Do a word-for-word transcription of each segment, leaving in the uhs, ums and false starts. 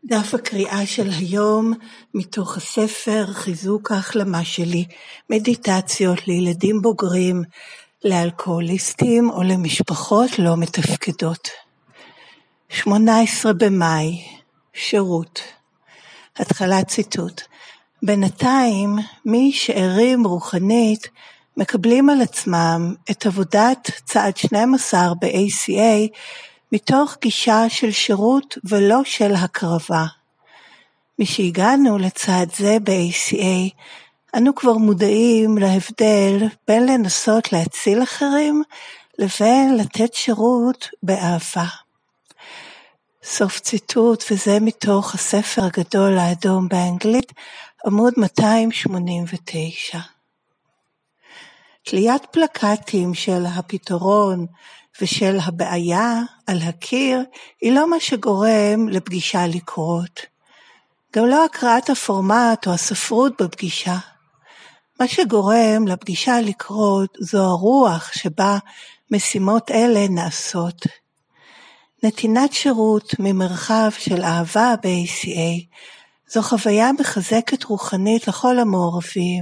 דף הקריאה של היום מתוך הספר חיזוק ההחלמה שלי, מדיטציות לילדים בוגרים, לאלכוהוליסטים או למשפחות לא מתפקדות. שמונה עשרה במאי, שירות. התחלת ציטוט. בינתיים מי שערים רוחנית מקבלים על עצמם את עבודת צעד שנים עשר ב-איי סי איי מתוך גישה של שירות ולא של הקרבה. משהגענו לצעד זה ב-איי סי איי, אנו כבר מודעים להבדל בין לנסות להציל אחרים לבין לתת שירות באהבה. סוף ציטוט, וזה מתוך הספר הגדול האדום באנגלית, עמוד מאתיים שמונים ותשע. תליית פלקטים של הפתרון ושל הבעיה על הקיר היא לא מה שגורם לפגישה לקרות. גם לא הקראת הפורמט או הספרות בפגישה. מה שגורם לפגישה לקרות זו הרוח שבה משימות אלה נעשות. נתינת שירות ממרחב של אהבה ב-איי סי איי זו חוויה מחזקת רוחנית לכל המעורבים.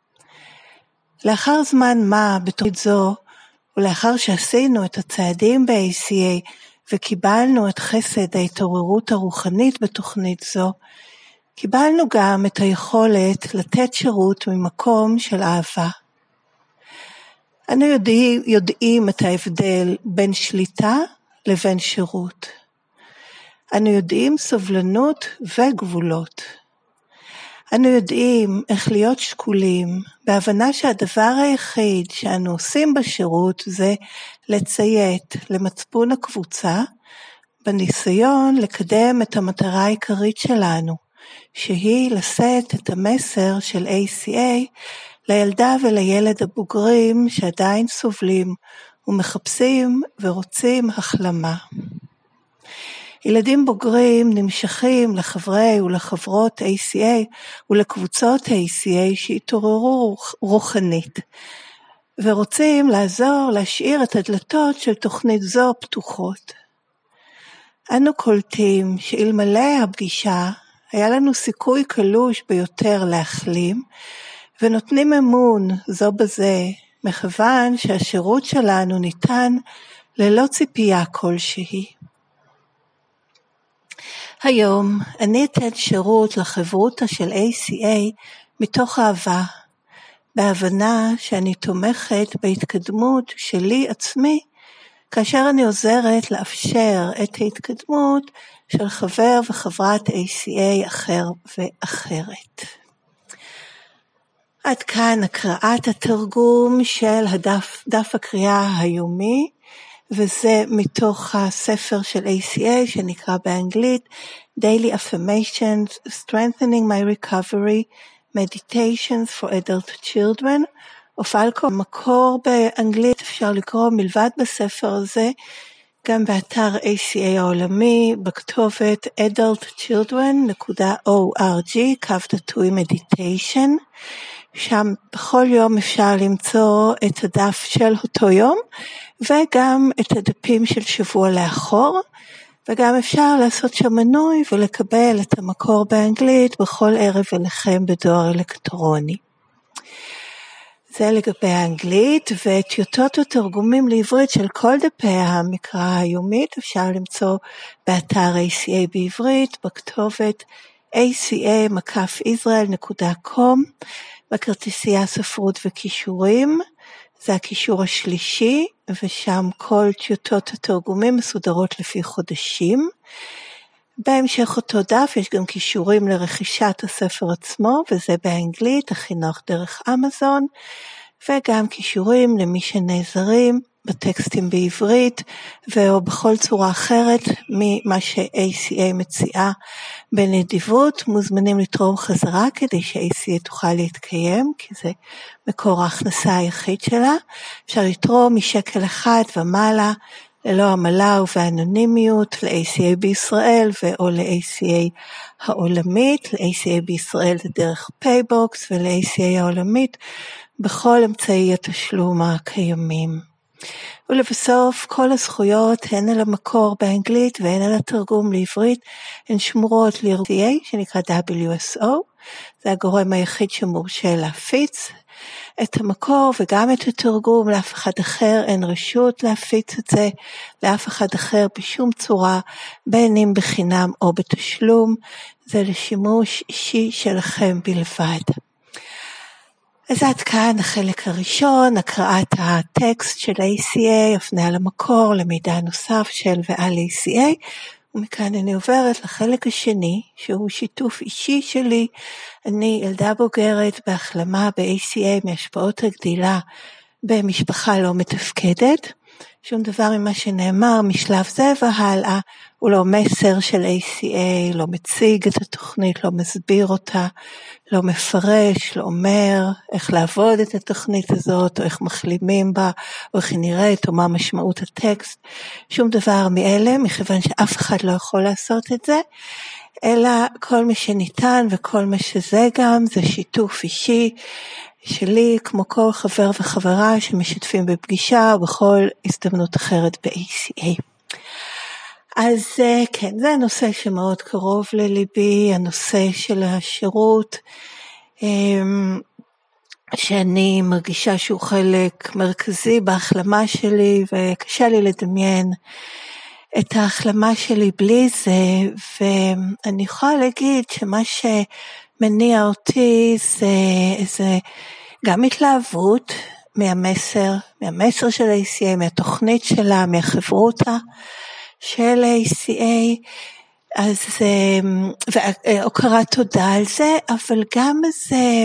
לאחר זמן מה בתוכנית זו, ולאחר שעשינו את הצעדים ב-איי סי איי וקיבלנו את חסד ההתעוררות הרוחנית בתוכנית זו, קיבלנו גם את היכולת לתת שירות ממקום של אהבה. אנו יודעים, יודעים את ההבדל בין שליטה לבין שירות. אנו יודעים סובלנות וגבולות. אנו יודעים איך להיות שקולים, בהבנה שהדבר היחיד שאנו עושים בשירות זה לציית למצפון הקבוצה, בניסיון לקדם את המטרה העיקרית שלנו, שהיא לשאת את המסר של איי סי איי לילדה ולילד הבוגרים שעדיין סובלים ומחפשים ורוצים החלמה. ילדים בוגרים נמשכים לחברי ולחברות איי סי איי ולקבוצות איי סי איי שהתעוררו רוחנית, ורוצים לעזור להשאיר את הדלתות של תוכנית זו פתוחות. אנו קולטים שאלמלא הפגישה היה לנו סיכוי קלוש ביותר להחלים, ונותנים אמון זו בזה, מכיוון שהשירות שלנו ניתן ללא ציפייה כלשהי. היום אני אתן שירות לחברותה של איי סי איי מתוך אהבה, בהבנה שאני תומכת בהתקדמות שלי עצמי, כאשר אני עוזרת לאפשר את ההתקדמות של חבר וחברת איי סי איי אחר ואחרת. עד כאן הקראת התרגום של הדף, דף הקריאה היומי, וזה מתוך הספר של איי סי איי שנקרא באנגלית Daily Affirmations, Strengthening My Recovery, Meditations for Adult Children, אופלקו. מקור באנגלית אפשר לקרוא מלבד בספר הזה, גם באתר איי סי איי העולמי, בכתובת adult children dot org, קו תטוי meditation. שם בכל יום אפשר למצוא את הדף של אותו יום, וגם את הדפים של שבוע לאחור, וגם אפשר לעשות שם מנוי ולקבל את המקור באנגלית בכל ערב אליכם בדואר אלקטרוני. זה לגבי האנגלית, וטיוטות ותרגומים לעברית של כל דפי המקרא היומית אפשר למצוא באתר איי סי איי בעברית, בכתובת איי סי איי ישראל דוט קום, בכרטיסייה ספרות וקישורים, זה הקישור השלישי, ושם כל טיוטות התרגומים מסודרות לפי חודשים. בהמשך אותו דף יש גם קישורים לרכישת הספר עצמו, וזה באנגלית, החינוך דרך אמזון, וגם קישורים למי שנעזרים בטקסטים בעברית, או בכל צורה אחרת ממה ש-איי סי איי מציעה בנדיבות. מוזמנים לתרום חזרה כדי ש-איי סי איי תוכל להתקיים, כי זה מקור ההכנסה היחיד שלה. אפשר לתרום משקל אחד ומעלה, ללא עמלה ובאנונימיות, ל-איי סי איי בישראל ו/או ל-איי סי איי העולמית. ל-איי סי איי בישראל זה דרך פייבוקס, ול-איי סי איי העולמית בכל אמצעי התשלום הקיימים. ולבסוף כל הזכויות הן על המקור באנגלית והן על התרגום לעברית הן שמורות ל-איי סי איי שנקרא דאבליו אס או, זה הגורם היחיד שמורשה להפיץ את המקור וגם את התרגום, לאף אחד אחר אין רשות להפיץ את זה, לאף אחד אחר בשום צורה, בין אם בחינם או בתשלום, זה לשימוש אישי שלכם בלבד. אז עד כאן החלק הראשון, הקראת הטקסט של איי סי איי, הפניה למקור, למידע נוסף של ועל איי סי איי, ומכאן אני עוברת לחלק השני, שהוא שיתוף אישי שלי. אני ילדה בוגרת בהחלמה ב-איי סי איי מהשפעות הגדילה במשפחה לא מתפקדת. שום דבר ממה שנאמר משלב זה והלאה, הוא לא מסר של איי סי איי, לא מציג את התוכנית, לא מסביר אותה, לא מפרש, לא אומר איך לעבוד את התוכנית הזאת, או איך מחלימים בה, או איך היא נראית, או מה משמעות הטקסט. שום דבר מאלה, מכיוון שאף אחד לא יכול לעשות את זה, אלא כל מה שניתן וכל מה שזה גם, זה שיתוף אישי שלי, כמו כל חבר וחברה שמשתפים בפגישה, או בכל הזדמנות אחרת ב-איי סי איי. אז כן, זה הנושא שמאוד קרוב לליבי, הנושא של השירות, שאני מרגישה שהוא חלק מרכזי בהחלמה שלי, וקשה לי לדמיין את ההחלמה שלי בלי זה, ואני יכולה להגיד שמה שמניע אותי זה, זה גם התלהבות מהמסר, מהמסר של איי סי איי, מהתוכנית שלה, מהחברותה של איי סי איי, אז והוקרת תודה על זה, אבל גם זה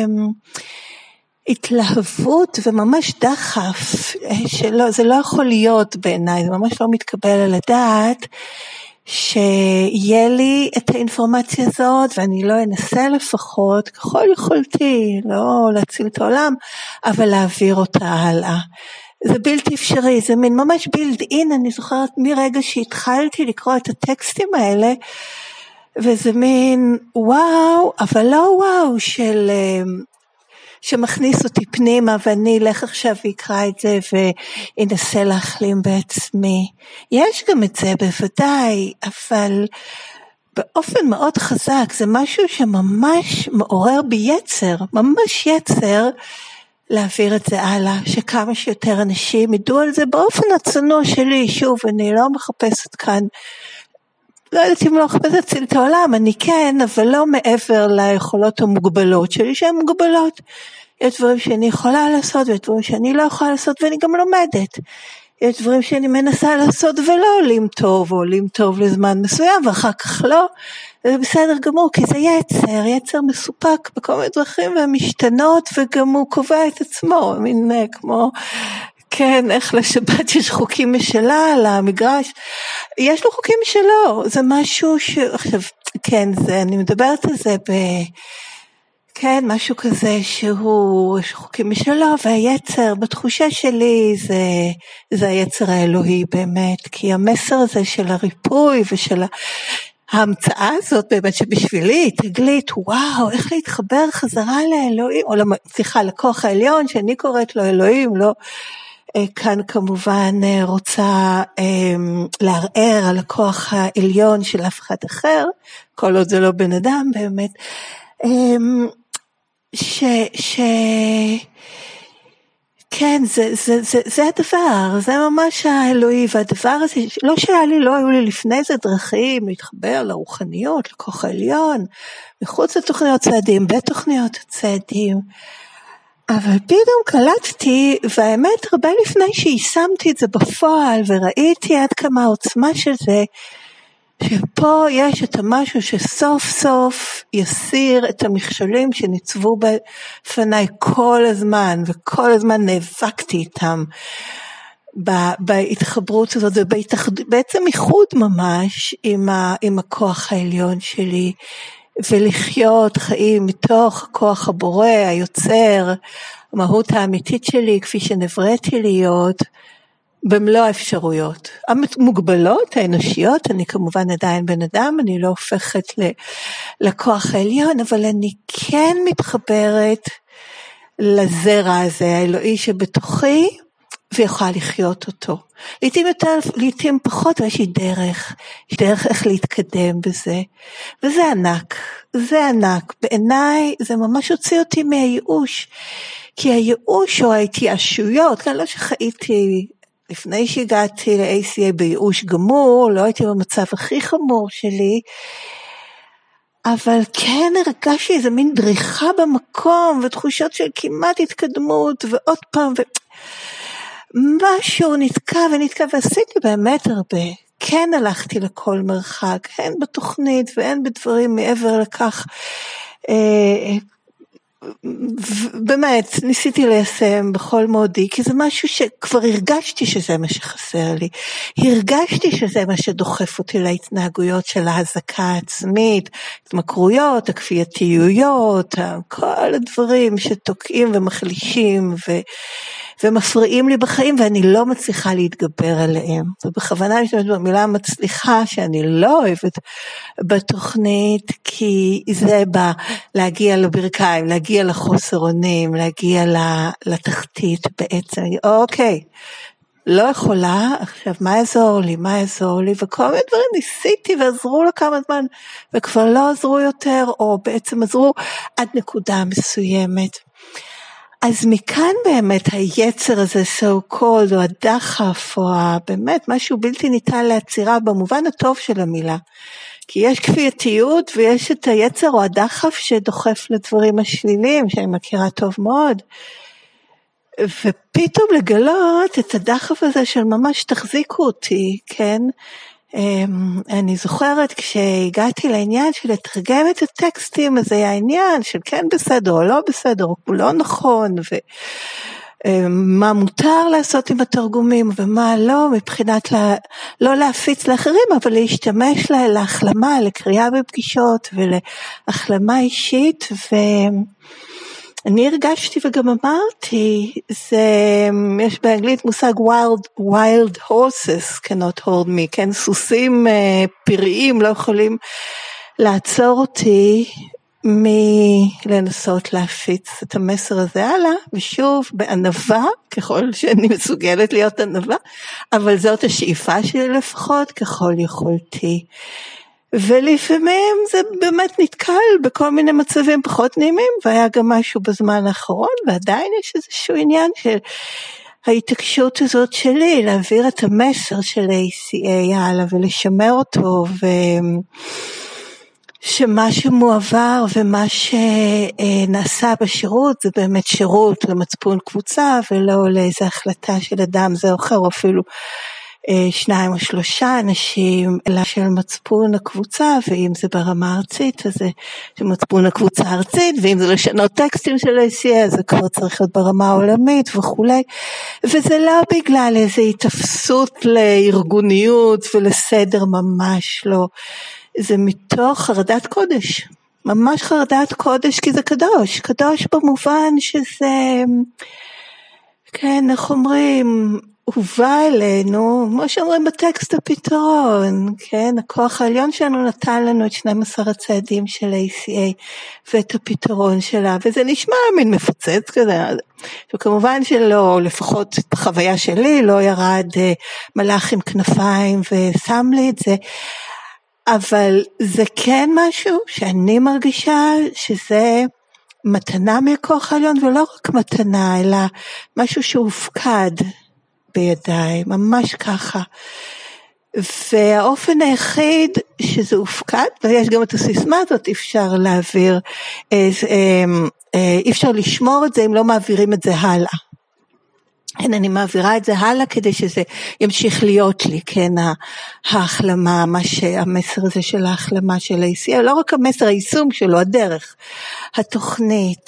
התלהבות וממש דחף, שלא, זה לא יכול להיות בעיניי, זה ממש לא מתקבל על הדעת, שיהיה לי את האינפורמציה הזאת, ואני לא אנסה לפחות, ככל יכולתי, לא להציל את העולם, אבל להעביר אותה הלאה. זה בלתי אפשרי, זה מין ממש בילד אין, אני זוכרת מרגע שהתחלתי לקרוא את הטקסטים האלה, וזה מין וואו, אבל לא וואו של, שמכניס אותי פנימה, ואני אלך עכשיו ויקרא את זה, ואנסה להחלים בעצמי. יש גם את זה בוודאי, אבל באופן מאוד חזק, זה משהו שממש מעורר בי יצר, ממש יצר, להעביר את זה הלאה, שכמה שיותר אנשים ידעו על זה באופן הצנוע שלי. שוב, אני לא מחפשת כאן, לא יודעת אם לא מחפשת להציל את העולם, אני כן, אבל לא מעבר ליכולות המוגבלות שלי, שהן מוגבלות. יש דברים שאני יכולה לעשות, ויש דברים שאני לא יכולה לעשות, ואני גם לומדת. יש דברים שאני מנסה לעשות ולא עולים טוב, או עולים טוב לזמן מסוים, ואחר כך לא. זה בסדר גמור, כי זה יצר, יצר מסופק בכל מיני דרכים והמשתנות, וגם הוא קובע את עצמו, מין כמו, כן, איך לשבת יש חוקים משלה, למגרש, יש לו חוקים משלו, זה משהו ש... עכשיו, כן, זה, אני מדברת על זה ב... כן, משהו כזה שהוא, יש חוקים משלו, והיצר, בתחושה שלי, זה, זה היצר האלוהי באמת, כי המסר הזה של הריפוי ושל ההמצאה הזאת באמת שבשבילי, תגלית, וואו, איך להתחבר חזרה לאלוהים, או סליחה, לכוח העליון, שאני קוראת לו אלוהים, לא, כאן כמובן רוצה לערער על הכוח העליון של אף אחד אחר, כל עוד זה לא בן אדם באמת, ש, ש, כן, זה, זה, זה, זה הדבר, זה ממש האלוהי, והדבר הזה, לא שהיה לי, לא היו לי לפני זה דרכים להתחבר לרוחניות, לכוח העליון, מחוץ לתוכניות צעדים, בתוכניות צעדים, אבל פתאום קלטתי, והאמת הרבה לפני שיישמתי את זה בפועל, וראיתי עד כמה העוצמה של זה, שפה יש את המשהו שסוף סוף יסיר את המכשולים שניצבו בפניי כל הזמן, וכל הזמן נאבקתי איתם בהתחברות הזאת, ובעצם איחוד ממש עם, ה, עם הכוח העליון שלי, ולחיות חיים מתוך כוח הבורא, היוצר, המהות האמיתית שלי, כפי שנבראתי להיות, במלוא האפשרויות. המוגבלות, האנושיות, אני כמובן עדיין בן אדם, אני לא הופכת לכוח העליון, אבל אני כן מתחברת לזרע הזה, האלוהי שבתוכי, ויכולה לחיות אותו. לעתים יותר, לעתים פחות, אבל יש לי דרך, יש דרך איך להתקדם בזה, וזה ענק, זה ענק. בעיניי זה ממש הוציא אותי מהייאוש, כי הייאוש או ההתייאשויות, כאן לא שחייתי לפני שהגעתי ל-איי סי איי בייאוש גמור, לא הייתי במצב הכי חמור שלי, אבל כן הרגשתי איזה מין דריכה במקום, ותחושות של כמעט התקדמות, ועוד פעם, ומשהו נתקע ונתקע, ועשיתי באמת הרבה. כן הלכתי לכל מרחק, הן בתוכנית והן בדברים מעבר לכך, אה, באמת, ניסיתי ליישם בכל מודי, כי זה משהו שכבר הרגשתי שזה מה שחסר לי. הרגשתי שזה מה שדוחף אותי להתנהגויות של ההזקה העצמית, התמכרויות, הכפייתיות, כל הדברים שתוקעים ומחלישים ו... ומפריעים לי בחיים, ואני לא מצליחה להתגבר עליהם. ובכוונה אני משתמשת במילה מצליחה, שאני לא אוהבת בתוכנית, כי זה בא להגיע לברכיים, להגיע לחוסר אונים, להגיע לתחתית בעצם. אוקיי, לא יכולה, עכשיו מה יעזור לי, מה יעזור לי, וכל מיני דברים ניסיתי ועזרו לה כמה זמן, וכבר לא עזרו יותר, או בעצם עזרו עד נקודה מסוימת. אז מכאן באמת היצר הזה so called, או הדחף, או באמת משהו בלתי ניתן לעצירה במובן הטוב של המילה. כי יש כפייתיות ויש את היצר או הדחף שדוחף לדברים השליליים, שאני מכירה טוב מאוד. ופתאום לגלות את הדחף הזה של ממש תחזיקו אותי, כן? אני זוכרת כשהגעתי לעניין של לתרגם את הטקסטים, אז היה העניין של כן בסדר או לא בסדר, או לא נכון, ומה מותר לעשות עם התרגומים ומה לא, מבחינת לה, לא להפיץ לאחרים, אבל להשתמש לה, להחלמה, לקריאה בפגישות ולהחלמה אישית, ו... אני הרגשתי וגם אמרתי, זה, יש באנגלית מושג wild, wild horses cannot hold me, כן, סוסים פראיים לא יכולים לעצור אותי מלנסות להפיץ את המסר הזה הלאה, ושוב בענווה, ככל שאני מסוגלת להיות ענווה, אבל זאת השאיפה שלי לפחות ככל יכולתי. ולפעמים זה באמת נתקל בכל מיני מצבים פחות נעימים, והיה גם משהו בזמן האחרון, ועדיין יש איזשהו עניין של ההתעקשות הזאת שלי, להעביר את המסר של איי סי איי הלאה, ולשמר אותו, ושמה שמועבר ומה שנעשה בשירות, זה באמת שירות למצפון קבוצה, ולא לאיזו החלטה של אדם זה או אחר, או אפילו שניים או שלושה אנשים, אלא של מצפון הקבוצה, ואם זה ברמה הארצית, אז זה של מצפון הקבוצה הארצית, ואם זה לשנות טקסטים של איי סי איי, אז זה כבר צריך להיות ברמה העולמית וכולי, וזה לא בגלל איזו התאפסות לארגוניות ולסדר, ממש לא, זה מתוך חרדת קודש, ממש חרדת קודש, כי זה קדוש, קדוש במובן שזה, כן, איך אומרים, הובא אלינו, כמו שאומרים בטקסט הפתרון, כן, הכוח העליון שלנו נתן לנו את שנים עשר הצעדים של איי סי איי, ואת הפתרון שלה, וזה נשמע מין מפוצץ כזה, וכמובן שלא, לפחות בחוויה שלי, לא ירד מלאך עם כנפיים ושם לי את זה, אבל זה כן משהו שאני מרגישה שזה מתנה מהכוח העליון, ולא רק מתנה, אלא משהו שהופקד בידיי, ממש ככה. והאופן היחיד שזה הופקד, ויש גם את הסיסמה הזאת, אפשר להעביר, אי אפשר לשמור את זה אם לא מעבירים את זה הלאה. כן, אני מעבירה את זה הלאה כדי שזה ימשיך להיות לי, כן, ההחלמה, מה שהמסר הזה של ההחלמה של איי סי איי, לא רק המסר, היישום שלו, הדרך, התוכנית,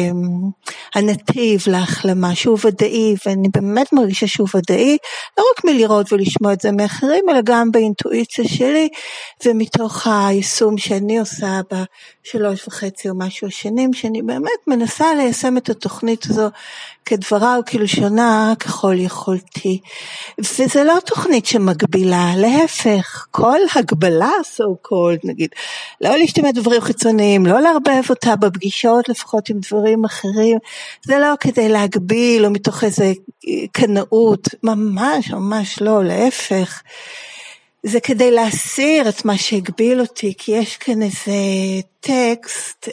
הנתיב להחלמה, שהוא ודאי, ואני באמת מרגישה שהוא ודאי, לא רק מלראות ולשמוע את זה מאחרים, אלא גם באינטואיציה שלי, ומתוך היישום שאני עושה בשלוש וחצי או משהו שנים, שאני באמת מנסה ליישם את התוכנית הזו, כדברה וכלשונה ככל יכולתי. וזה לא תוכנית שמגבילה, להפך, כל הגבלה so called, נגיד, לא להשתמש דברים חיצוניים, לא לערבב אותה בפגישות לפחות עם דברים אחרים, זה לא כדי להגביל או מתוך איזה קנאות, ממש ממש לא, להפך. זה כדי להסיר את מה שהגביל אותי, כי יש כאן איזה טקסט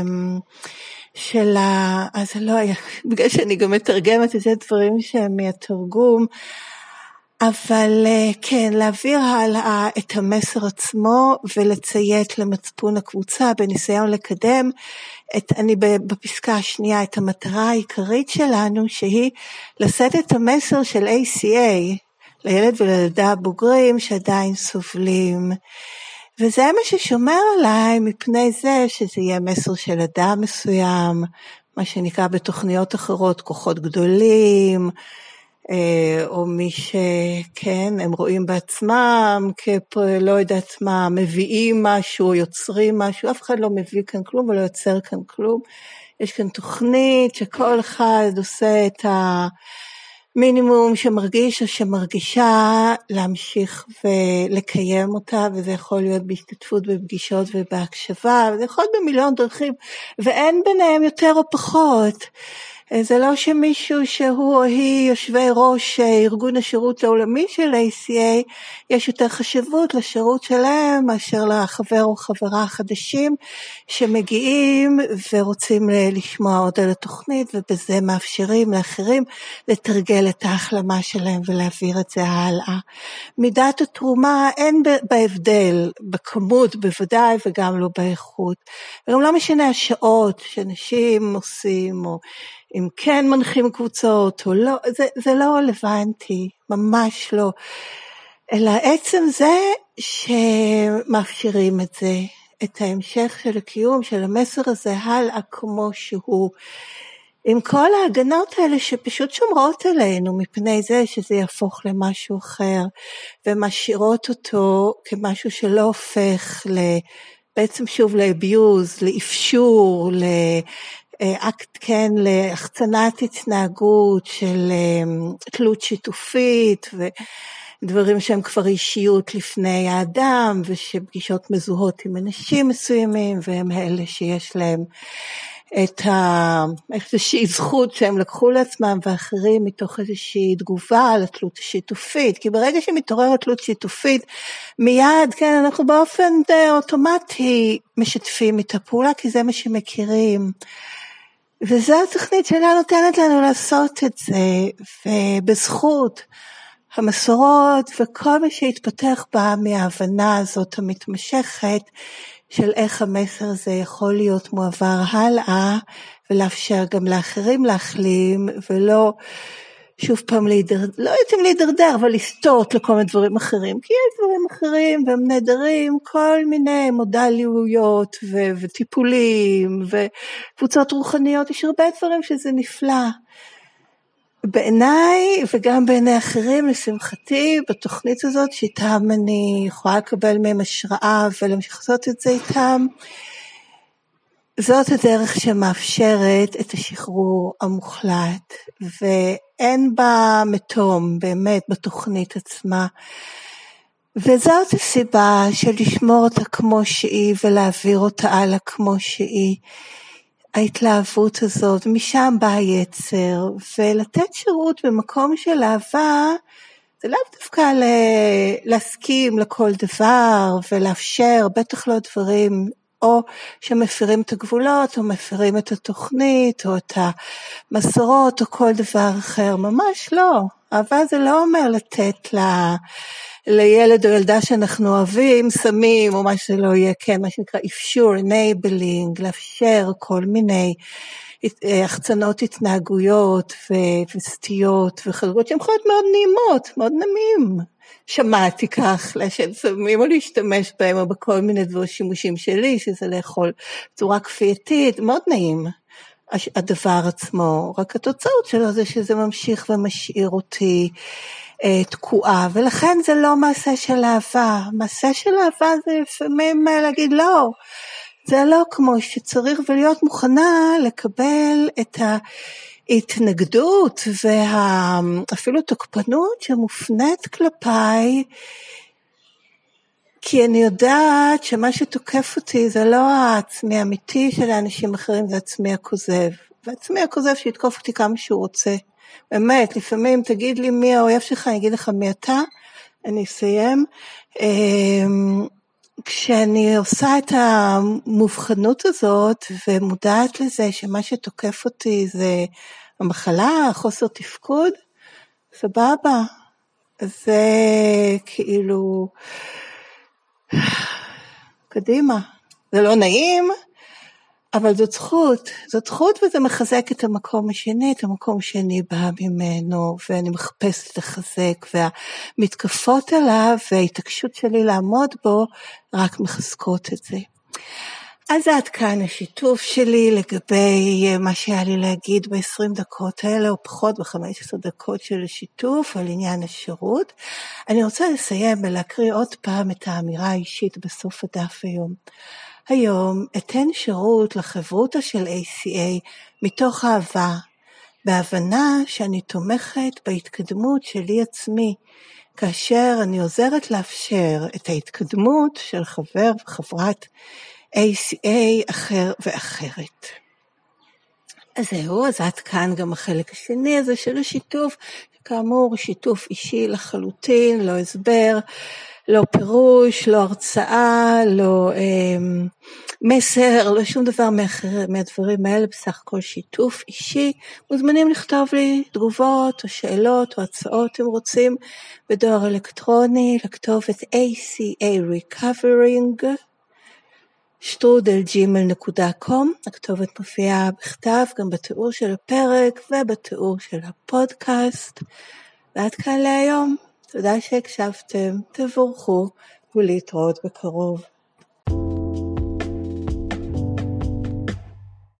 של ה... אז זה לא היה, בגלל שאני גם מתרגמת את זה דברים שהם מהתרגום, אבל כן, להעביר הלאה את המסר עצמו ולציית למצפון הקבוצה בניסיון לקדם את, אני בפסקה השנייה, את המטרה העיקרית שלנו, שהיא לשאת את המסר של איי סי איי, לילד ולילדה הבוגרים שעדיין סובלים. וזה מה ששומר עליי מפני זה שזה יהיה מסר של אדם מסוים, מה שנקרא בתוכניות אחרות כוחות גדולים, או מי שכן, הם רואים בעצמם, כלא יודעת מה, מביאים משהו, יוצרים משהו, אף אחד לא מביא כאן כלום ולא יוצר כאן כלום. יש כאן תוכנית שכל אחד עושה את ה... מינימום שמרגיש או שמרגישה להמשיך ולקיים אותה, וזה יכול להיות בהשתתפות בפגישות ובהקשבה, וזה יכול להיות במיליון דרכים, ואין ביניהם יותר או פחות. זה לא שמישהו שהוא או היא יושבי ראש ארגון השירות העולמי של איי סי איי, יש יותר חשיבות לשירות שלהם מאשר לחבר או חברה החדשים שמגיעים ורוצים לשמוע עוד על התוכנית, ובזה מאפשרים לאחרים לתרגל את ההחלמה שלהם ולהעביר את זה הלאה. מידת התרומה אין בהבדל, בכמות בוודאי וגם לא באיכות. וגם לא משנה השעות שאנשים עושים או אם כן מנחים קבוצות או לא, זה, זה לא רלוונטי, ממש לא. אלא עצם זה שמאפשרים את זה, את ההמשך של הקיום, של המסר הזה הלאה כמו שהוא, עם כל ההגנות האלה שפשוט שומרות עלינו מפני זה שזה יהפוך למשהו אחר, ומשאירות אותו כמשהו שלא הופך ל... בעצם שוב לאביוז, לאפשור, ל... אקט כן להחצנת התנהגות של תלות שיתופית ודברים שהם כבר אישיות לפני האדם, ושפגישות מזוהות עם אנשים מסוימים, והם אלה שיש להם את איזושהי זכות שהם לקחו לעצמם ואחרים מתוך איזושהי תגובה על התלות השיתופית, כי ברגע שמתעוררת תלות שיתופית מיד כן אנחנו באופן אוטומטי משתפים את הפעולה, כי זה מה שמכירים. וזו התוכנית שלה נותנת לנו לעשות את זה, ובזכות המסורות וכל מה שהתפתח בה מההבנה הזאת המתמשכת של איך המסר הזה יכול להיות מועבר הלאה, ולאפשר גם לאחרים להחלים, ולא שוב פעם להידרדר, לא יודעים להידרדר, אבל לסטות לכל מיני דברים אחרים, כי יש דברים אחרים והם נהדרים, כל מיני מודליות ו- וטיפולים וקבוצות רוחניות, יש הרבה דברים שזה נפלא. בעיניי וגם בעיני אחרים, לשמחתי, בתוכנית הזאת שאיתם אני יכולה לקבל מהם השראה ולהמשיך לעשות את זה איתם, זאת הדרך שמאפשרת את השחרור המוחלט, ואין בה מתום באמת בתוכנית עצמה, וזאת הסיבה של לשמור אותה כמו שהיא ולהעביר אותה הלאה כמו שהיא, ההתלהבות הזאת, משם בא היצר, ולתת שירות במקום של אהבה, זה לאו דווקא להסכים לכל דבר ולאפשר, בטח לא דברים או שמפרים את הגבולות, או מפרים את התוכנית, או את המסורות, או כל דבר אחר, ממש לא. אהבה זה לא אומר לתת לה, לילד או ילדה שאנחנו אוהבים, סמים, או מה שלא יהיה, כן, מה שנקרא אפשור, enabling, לאפשר כל מיני החצנות התנהגויות וסטיות וחלקות שהן יכולות מאוד נעימות, מאוד נעימים. שמעתי כך, לשם סמים או להשתמש בהם או בכל מיני דבר שימושים שלי, שזה לאכול צורה כפייתית, מאוד נעים הדבר עצמו, רק התוצאות שלו זה שזה ממשיך ומשאיר אותי אה, תקועה, ולכן זה לא מעשה של אהבה, מעשה של אהבה זה לפעמים להגיד לא, זה לא כמו שצריך ולהיות מוכנה לקבל את ה... ההתנגדות ואפילו תוקפנות שמופנית כלפיי, כי אני יודעת שמה שתוקף אותי זה לא העצמי האמיתי של האנשים אחרים, זה עצמי הכוזב. ועצמי הכוזב שיתקוף אותי כמה שהוא רוצה. באמת, לפעמים תגיד לי מי האויב שלך, אני אגיד לך מי אתה, אני אסיים. כשאני עושה את המובחנות הזאת ומודעת לזה שמה שתוקף אותי זה המחלה, חוסר תפקוד, סבבה. זה כאילו, קדימה. זה לא נעים, אבל זאת זכות. זאת זכות וזה מחזק את המקום השני, את המקום שאני באה ממנו, ואני מחפשת לחזק, והמתקפות עליו וההתעקשות שלי לעמוד בו רק מחזקות את זה. אז עד כאן השיתוף שלי לגבי מה שהיה לי להגיד ב-עשרים דקות האלה, או פחות ב-חמש עשרה דקות של השיתוף על עניין השירות. אני רוצה לסיים ולהקריא עוד פעם את האמירה האישית בסוף הדף היום. היום אתן שירות לחברותה של איי סי איי מתוך אהבה, בהבנה שאני תומכת בהתקדמות שלי עצמי, כאשר אני עוזרת לאפשר את ההתקדמות של חבר וחברת איי סי איי אחר ואחרת. אז זהו, אז עד כאן גם החלק השני הזה של השיתוף, כאמור שיתוף אישי לחלוטין, לא הסבר, לא פירוש, לא הרצאה, לא אה, מסר, לא שום דבר מאחר, מהדברים האלה, בסך הכל שיתוף אישי. מוזמנים לכתוב לי תגובות או שאלות או הצעות אם רוצים, בדואר אלקטרוני, לכתוב את איי סי איי Recovering, שטרודל ג'ימייל דוט קום, הכתובת מופיעה בכתב גם בתיאור של הפרק ובתיאור של הפודקאסט. ועד כאן להיום. תודה שהקשבתם, תבורכו ולהתראות בקרוב.